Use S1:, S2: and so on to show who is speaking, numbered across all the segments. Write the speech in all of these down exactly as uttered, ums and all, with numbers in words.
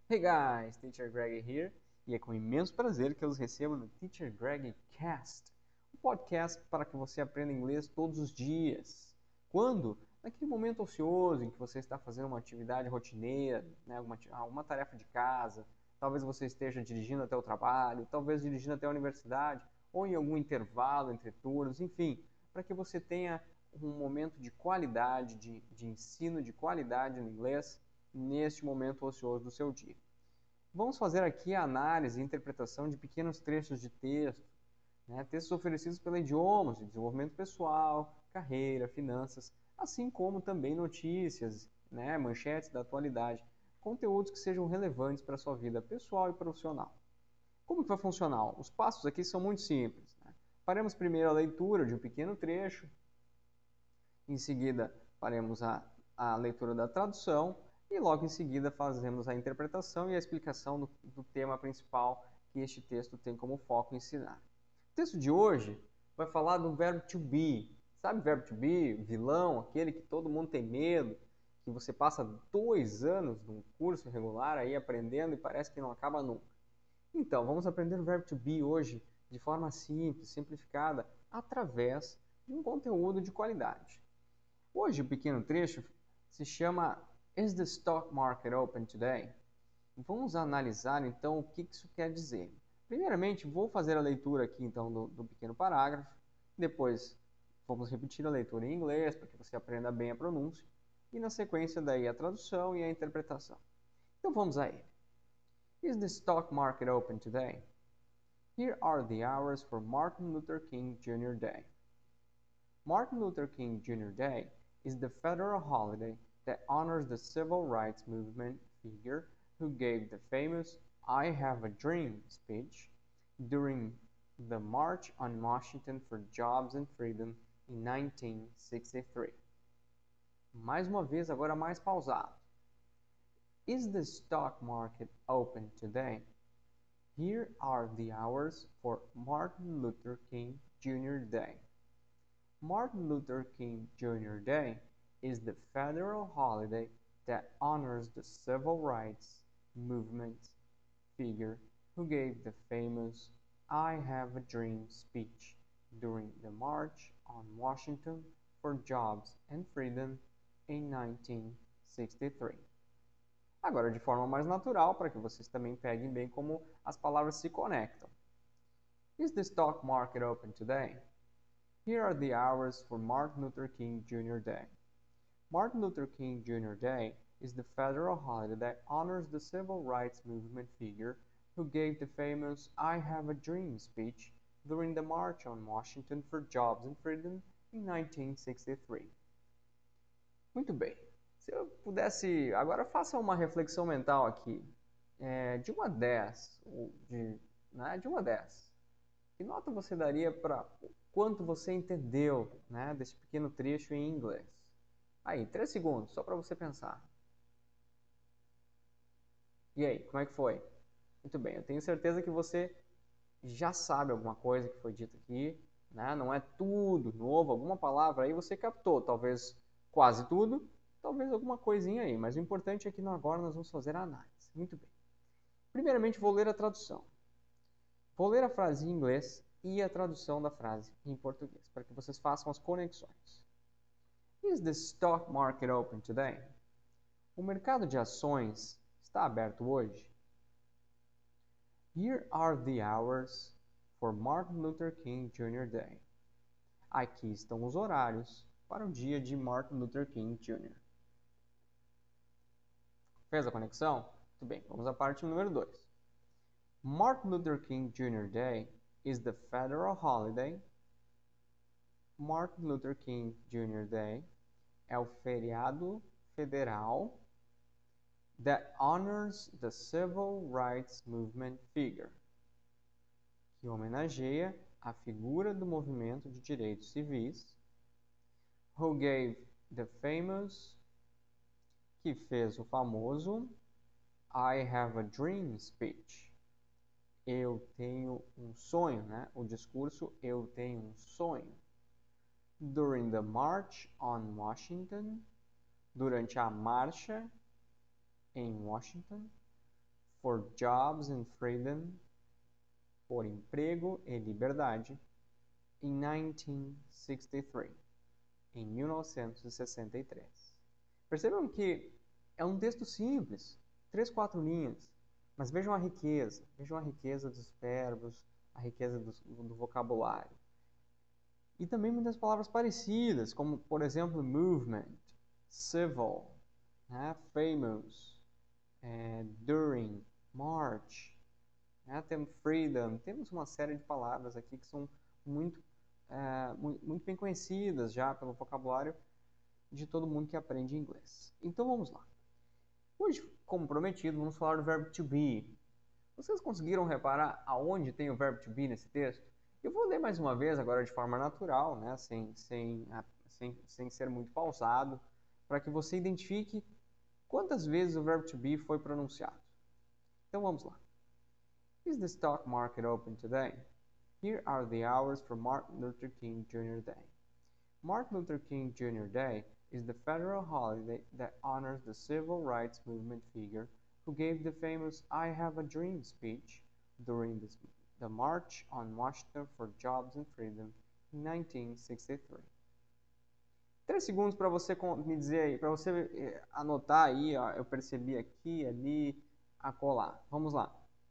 S1: Hey guys, Teacher Greg here, e é com imenso prazer que eu os recebo no Teacher Greg Cast, um podcast para que você aprenda inglês todos os dias. Quando? Naquele momento ocioso em que você está fazendo uma atividade rotineira, né, uma, uma tarefa de casa, talvez você esteja dirigindo até o trabalho, talvez dirigindo até a universidade, ou em algum intervalo entre turnos, enfim, para que você tenha um momento de qualidade, de, de ensino de qualidade no inglês neste momento ocioso do seu dia. Vamos fazer aqui a análise e interpretação de pequenos trechos de texto, né? Textos oferecidos pela Idiomas, de desenvolvimento pessoal, carreira, finanças, assim como também notícias, né? Manchetes da atualidade, conteúdos que sejam relevantes para a sua vida pessoal e profissional. Como que vai funcionar? Os passos aqui são muito simples. Né? Faremos primeiro a leitura de um pequeno trecho, em seguida faremos a, a leitura da tradução e logo em seguida fazemos a interpretação e a explicação do, do tema principal que este texto tem como foco ensinar. O texto de hoje vai falar do verbo to be. Sabe o verbo to be? Vilão, aquele que todo mundo tem medo, que você passa dois anos num curso regular aí aprendendo e parece que não acaba nunca. Então, vamos aprender o verbo to be hoje de forma simples, simplificada, através de um conteúdo de qualidade. Hoje o pequeno trecho se chama Is the stock market open today? Vamos analisar então o que isso quer dizer. Primeiramente, vou fazer a leitura aqui então do, do pequeno parágrafo, depois vamos repetir a leitura em inglês para que você aprenda bem a pronúncia e na sequência daí a tradução e a interpretação. Então vamos a ele. Is the stock market open today? Here are the hours for Martin Luther King Junior Day. Martin Luther King Junior Day is the federal holiday that honors the civil rights movement figure who gave the famous I Have a Dream speech during the March on Washington for Jobs and Freedom in nineteen sixty-three. Mais uma vez, agora mais pausado. Is the stock market open today? Here are the hours for Martin Luther King Junior Day. Martin Luther King Junior Day is the federal holiday that honors the civil rights movement figure who gave the famous I Have a Dream speech during the March on Washington for Jobs and Freedom in nineteen sixty-three. Agora, de forma mais natural, para que vocês também peguem bem como as palavras se conectam. Is the stock market open today? Here are the hours for Martin Luther King Junior Day. Martin Luther King Junior Day is the federal holiday that honors the civil rights movement figure who gave the famous I Have a Dream speech during the March on Washington for Jobs and Freedom in nineteen sixty-three. Muito bem. Se eu pudesse... Agora faça uma reflexão mental aqui. É, de um a dez, de, né, de um a dez. Que nota você daria para quanto você entendeu, né, desse pequeno trecho em inglês? Aí, três segundos, só para você pensar. E aí, como é que foi? Muito bem, eu tenho certeza que você já sabe alguma coisa que foi dita aqui, né? Não é tudo novo, alguma palavra aí você captou, talvez quase tudo, talvez alguma coisinha aí, mas o importante é que agora nós vamos fazer a análise. Muito bem. Primeiramente, vou ler a tradução. Vou ler a frase em inglês e a tradução da frase em português, para que vocês façam as conexões. Is the stock market open today? O mercado de ações está aberto hoje? Here are the hours for Martin Luther King Junior Day. Aqui estão os horários para o dia de Martin Luther King Júnior Fez a conexão? Muito bem, vamos à parte número dois. Martin Luther King Junior Day is the federal holiday. Martin Luther King Junior Day é o feriado federal that honors the civil rights movement figure, que homenageia a figura do movimento de direitos civis, who gave the famous, que fez o famoso I Have a Dream speech. Eu tenho um sonho, né? O discurso Eu tenho um sonho. During the March on Washington, durante a marcha em Washington, for jobs and freedom, por emprego e liberdade, in nineteen sixty-three, em mil novecentos e sessenta e três. Percebam que é um texto simples, três, quatro linhas, mas vejam a riqueza, vejam a riqueza dos verbos, a riqueza do, do vocabulário. E também muitas palavras parecidas, como, por exemplo, movement, civil, né, famous, é, during, march, né, temos freedom, temos uma série de palavras aqui que são muito, é, muito, muito bem conhecidas já pelo vocabulário de todo mundo que aprende inglês. Então vamos lá. Hoje, como prometido, vamos falar do verbo to be. Vocês conseguiram reparar aonde tem o verbo to be nesse texto? Eu vou ler mais uma vez agora de forma natural, né? sem, sem, sem, sem ser muito pausado, para que você identifique quantas vezes o verbo to be foi pronunciado. Então vamos lá. Is the stock market open today? Here are the hours for Martin Luther King Junior Day. Martin Luther King Junior Day is the federal holiday that honors the civil rights movement figure who gave the famous I Have a Dream speech during this, the March on Washington for Jobs and Freedom in nineteen sixty-three. Três segundos para você me dizer aí, para você anotar aí, ó, eu percebi aqui, ali, acolá. Vamos lá.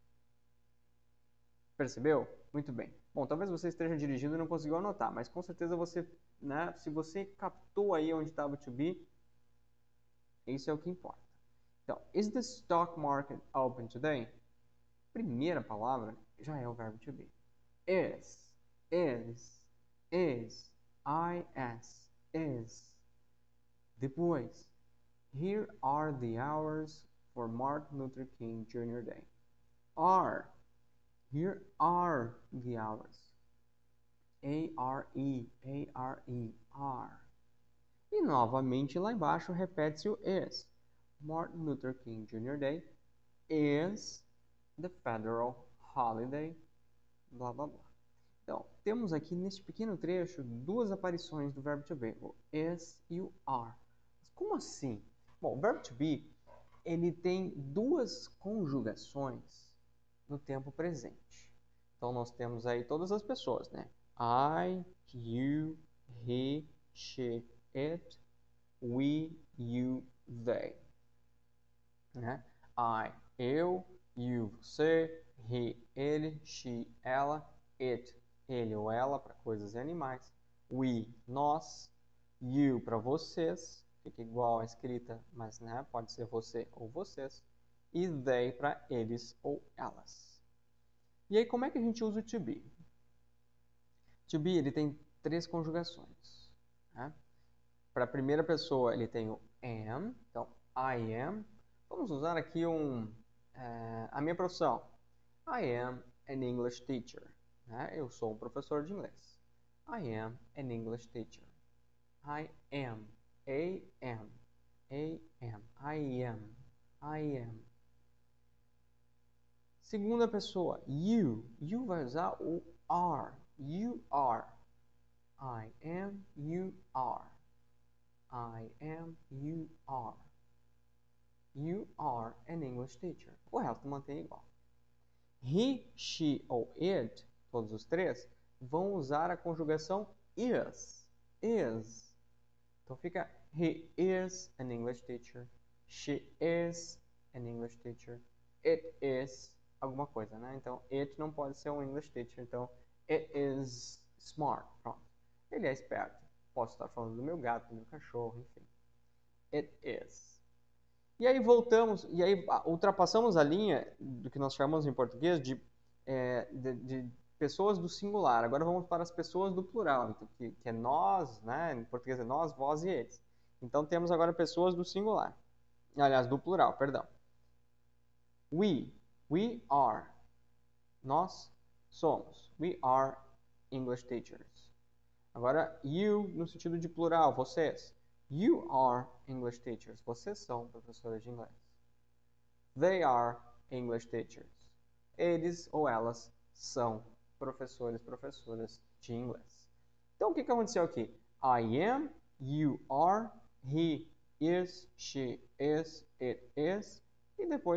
S1: Percebeu? Muito bem. Bom, talvez você esteja dirigindo e não conseguiu anotar, mas com certeza você, né, se você captou aí onde estava o to be, isso é o que importa. Então, is the stock market open today? Primeira palavra já é o verbo to be. Is, is, is, is, is. Depois, here are the hours for Martin Luther King Junior Day. Are, here are the hours. A R E, A R E, are. E novamente lá embaixo repete-se o is. Martin Luther King Junior Day is the federal holiday, blá blá blá. Então, temos aqui neste pequeno trecho duas aparições do verbo to be, o is e o are. Mas como assim? Bom, o verbo to be, ele tem duas conjugações no tempo presente. Então, nós temos aí todas as pessoas, né? I, you, he, she, it, we, you, they. Né? I, eu, you, você, he, ele, she, ela, it, ele ou ela, para coisas e animais, we, nós, you, para vocês, fica igual a escrita, mas né, pode ser você ou vocês, e they, para eles ou elas. E aí, como é que a gente usa o to be? To be, ele tem três conjugações. Né? Para a primeira pessoa, ele tem o am, então, I am. Vamos usar aqui um, uh, a minha profissão. I am an English teacher. Né? Eu sou um professor de inglês. I am an English teacher. I am. A am. A am. I am. I am. Segunda pessoa, you. You vai usar o are. You are. I am. You are. I am. You are. You are an English teacher. O resto mantém igual. He, she ou it, todos os três, vão usar a conjugação is. Is. Então fica he is an English teacher. She is an English teacher. It is alguma coisa, né? Então it não pode ser um English teacher. Então it is smart. Pronto. Ele é esperto. Posso estar falando do meu gato, do meu cachorro, enfim. It is. E aí voltamos, e aí ultrapassamos a linha do que nós chamamos em português de, é, de, de pessoas do singular. Agora vamos para as pessoas do plural, então, que, que é nós, né? Em português é nós, vós e eles. Então temos agora pessoas do singular. Aliás, do plural, perdão. We, we are. Nós somos. We are English teachers. Agora, you no sentido de plural, vocês. You are English teachers. Vocês são professores de inglês. They are English teachers. Eles ou elas são professores, professoras de inglês. Então, o que, que aconteceu aqui? I am, you are, he is, she is, it is. E depois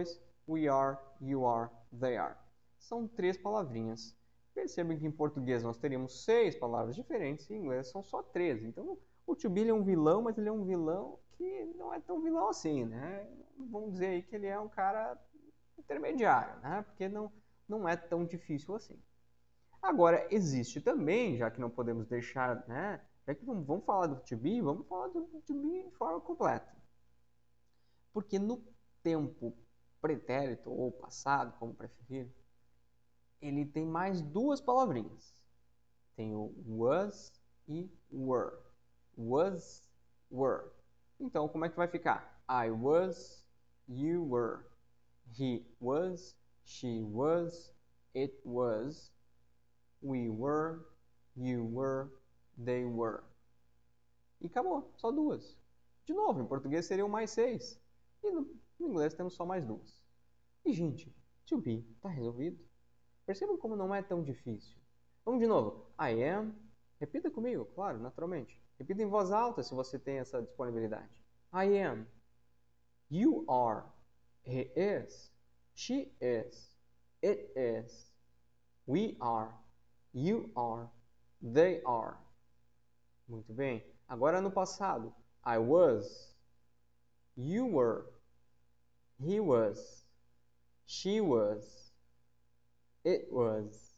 S1: we are, you are, they are. São três palavrinhas. Percebam que em português nós teríamos seis palavras diferentes e em inglês são só três. Então, o to be ele é um vilão, mas ele é um vilão que não é tão vilão assim, né? Vamos dizer aí que ele é um cara intermediário, né? Porque não, não é tão difícil assim. Agora, existe também, já que não podemos deixar, né? Já que vamos, vamos falar do to be, vamos falar do to be de forma completa. Porque no tempo pretérito ou passado, como preferir, ele tem mais duas palavrinhas. Tem o was e were. Was, were. Então, como é que vai ficar? I was, you were. He was, she was, it was, we were, you were, they were. E acabou, só duas. De novo, em português seriam mais seis. E no, no inglês temos só mais duas. E, gente, to be está resolvido. Percebam como não é tão difícil. Vamos de novo. I am. Repita comigo, claro, naturalmente. Repita em voz alta se você tem essa disponibilidade. I am. You are. He is. She is. It is. We are. You are. They are. Muito bem. Agora no passado. I was. You were. He was. She was. It was.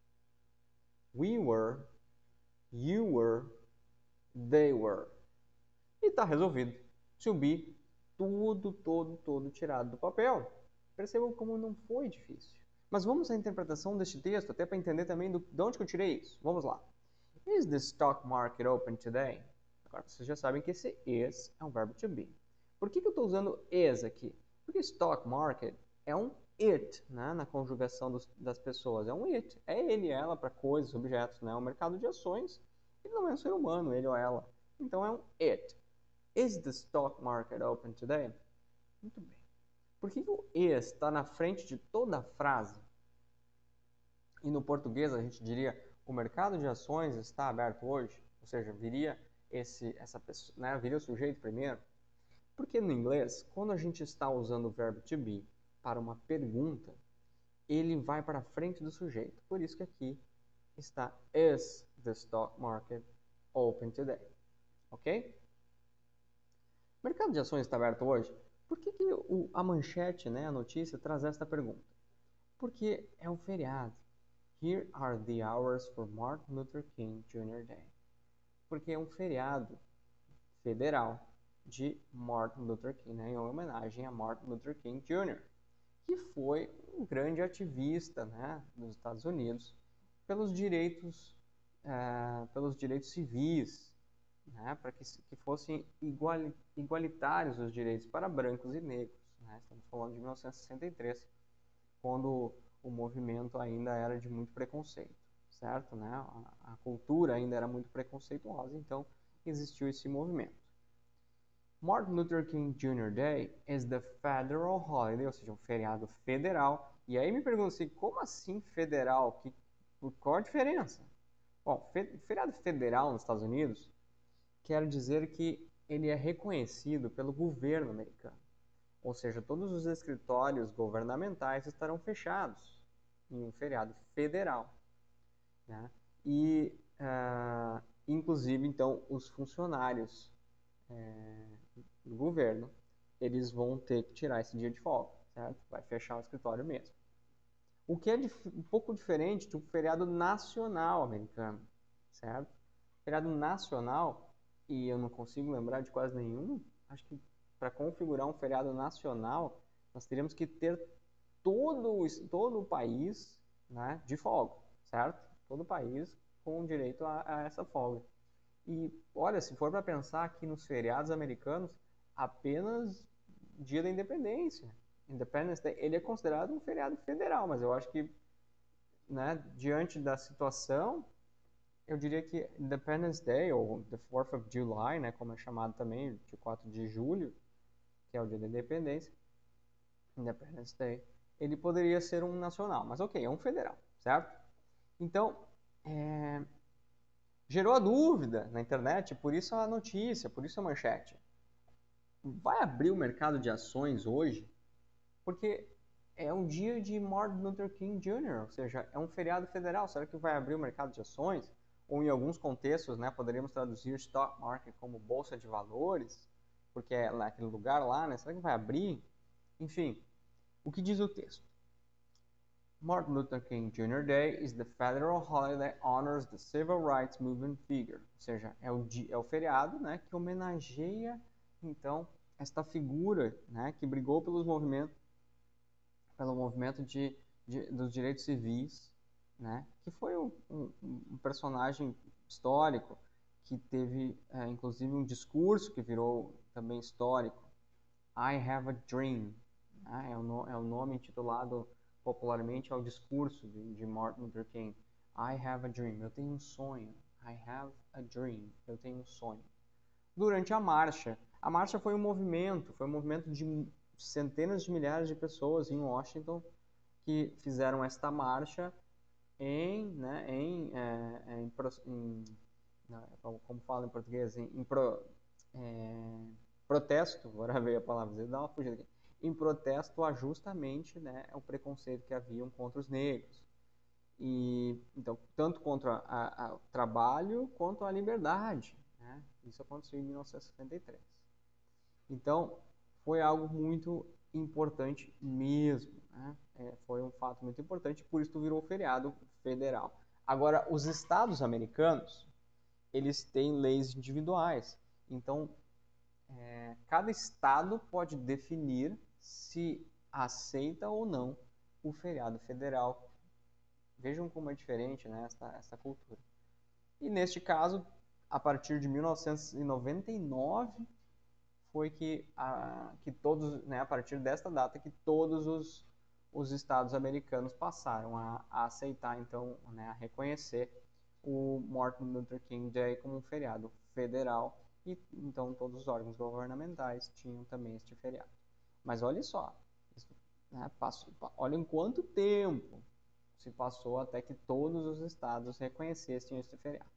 S1: We were. You were. They were. E está resolvido. To be, tudo, todo, todo tirado do papel. Percebam como não foi difícil. Mas vamos à interpretação deste texto, até para entender também do, de onde que eu tirei isso. Vamos lá. Is the stock market open today? Agora vocês já sabem que esse is é um verbo to be. Por que, que eu estou usando is aqui? Porque stock market é um it, né, na conjugação dos, das pessoas. É um it. É ele, ela, para coisas, objetos. Né? O mercado de ações, ele não é um ser humano, ele ou ela. Então é um it. Is the stock market open today? Muito bem. Por que, que o is está na frente de toda a frase? E no português a gente diria o mercado de ações está aberto hoje? Ou seja, viria, esse, essa pessoa, né, viria o sujeito primeiro? Porque no inglês, quando a gente está usando o verbo to be para uma pergunta, ele vai para frente do sujeito. Por isso que aqui está is the stock market open today? Ok? O mercado de ações está aberto hoje? Por que, que o, a manchete, né, a notícia, traz esta pergunta? Porque é um feriado. Here are the hours for Martin Luther King Junior Day. Porque é um feriado federal de Martin Luther King, né, em homenagem a Martin Luther King Júnior, que foi um grande ativista, né, dos Estados Unidos pelos direitos, é, pelos direitos civis, né, para que, que fossem igual, igualitários os direitos para brancos e negros. Né? Estamos falando de mil novecentos e sessenta e três, quando o movimento ainda era de muito preconceito, certo? Né? A, a cultura ainda era muito preconceituosa, então existiu esse movimento. Martin Luther King Junior Day is the federal holiday, ou seja, um feriado federal. E aí me pergunto assim, como assim federal? Que, qual a diferença? Bom, feriado federal nos Estados Unidos quer dizer que ele é reconhecido pelo governo americano. Ou seja, todos os escritórios governamentais estarão fechados em um feriado federal. Né? E, uh, inclusive, então, os funcionários é, do governo, eles vão ter que tirar esse dia de folga, certo? Vai fechar o escritório mesmo. O que é um pouco diferente de um feriado nacional americano, certo? Feriado nacional, e eu não consigo lembrar de quase nenhum, acho que para configurar um feriado nacional, nós teríamos que ter todo, todo o país, né, de folga, certo? Todo o país com direito a, a essa folga. E, olha, se for para pensar aqui nos feriados americanos, apenas Dia da Independência, Independence Day, ele é considerado um feriado federal, mas eu acho que, né, diante da situação, eu diria que Independence Day, ou the fourth of July, né, como é chamado também, de quatro de julho, que é o dia da independência, Independence Day, ele poderia ser um nacional, mas ok, é um federal, certo? Então, é, gerou a dúvida na internet, por isso a notícia, por isso a manchete. Vai abrir o mercado de ações hoje? Porque é um dia de Martin Luther King Júnior, ou seja, é um feriado federal. Será que vai abrir o mercado de ações? Ou em alguns contextos, né, poderíamos traduzir stock market como bolsa de valores, porque é naquele lugar lá, né? Será que vai abrir? Enfim, o que diz o texto? Martin Luther King Júnior Day is the federal holiday that honors the civil rights movement figure. Ou seja, é o, dia, é o feriado, né, que homenageia, então, esta figura, né, que brigou pelos movimentos pelo movimento de, de, dos direitos civis, né? Que foi um, um, um personagem histórico que teve, é, inclusive, um discurso que virou também histórico. I have a dream. Né? É, o no, é o nome intitulado popularmente ao discurso de, de Martin Luther King. I have a dream. Eu tenho um sonho. I have a dream. Eu tenho um sonho. Durante a marcha, a marcha foi um movimento, foi um movimento de centenas de milhares de pessoas em Washington que fizeram esta marcha em, né, em, é, em, em como fala em português, em, em pro, é, protesto, agora veio a palavra, dá uma fugida aqui, em protesto a justamente, né, o preconceito que haviam contra os negros. E, então, tanto contra o trabalho quanto a liberdade. Né? Isso aconteceu em mil novecentos e setenta e três. Então, foi algo muito importante mesmo. Né? É, foi um fato muito importante, por isso virou feriado federal. Agora, os estados americanos, eles têm leis individuais. Então, é, cada estado pode definir se aceita ou não o feriado federal. Vejam como é diferente, né, essa, essa cultura. E neste caso, a partir de mil novecentos e noventa e nove, foi que, a, que todos, né, a partir desta data, que todos os, os estados americanos passaram a, a aceitar, então, né, a reconhecer o Martin Luther King Day como um feriado federal, e então todos os órgãos governamentais tinham também este feriado. Mas olha só, isso, né, passou, olha em quanto tempo se passou até que todos os estados reconhecessem este feriado.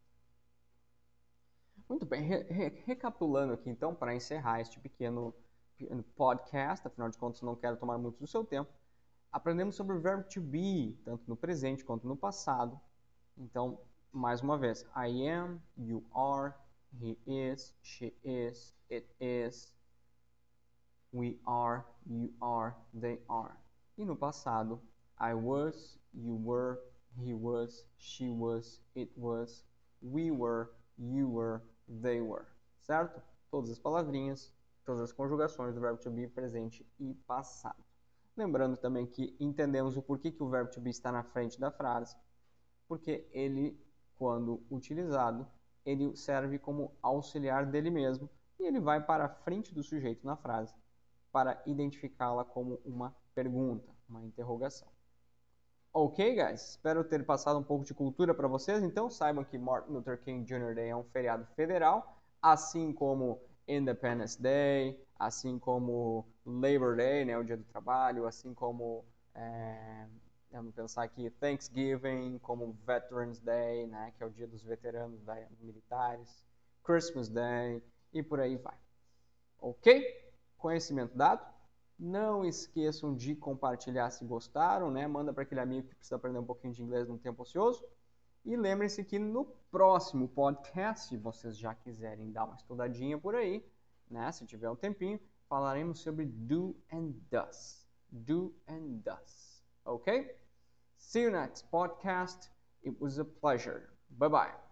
S1: Muito bem, re re recapitulando aqui então, para encerrar este pequeno podcast, afinal de contas não quero tomar muito do seu tempo, aprendemos sobre o verbo to be, tanto no presente quanto no passado. Então, mais uma vez, I am, you are, he is, she is, it is, we are, you are, they are. E no passado, I was, you were, he was, she was, it was, we were, you were, they were. Certo? Todas as palavrinhas, todas as conjugações do verbo to be presente e passado. Lembrando também que entendemos o porquê que o verbo to be está na frente da frase, porque ele, quando utilizado, ele serve como auxiliar dele mesmo e ele vai para a frente do sujeito na frase para identificá-la como uma pergunta, uma interrogação. Ok, guys? Espero ter passado um pouco de cultura para vocês. Então, saibam que Martin Luther King Júnior Day é um feriado federal, assim como Independence Day, assim como Labor Day, né, o Dia do Trabalho, assim como, é, vamos pensar aqui, Thanksgiving, como Veterans Day, né, que é o Dia dos Veteranos da, militares, Christmas Day e por aí vai. Ok? Conhecimento dado? Não esqueçam de compartilhar se gostaram, né? Manda para aquele amigo que precisa aprender um pouquinho de inglês num tempo ocioso. E lembrem-se que no próximo podcast, se vocês já quiserem dar uma estudadinha por aí, né? Se tiver um tempinho, falaremos sobre do and does. Do and does. Ok? See you next podcast. It was a pleasure. Bye bye.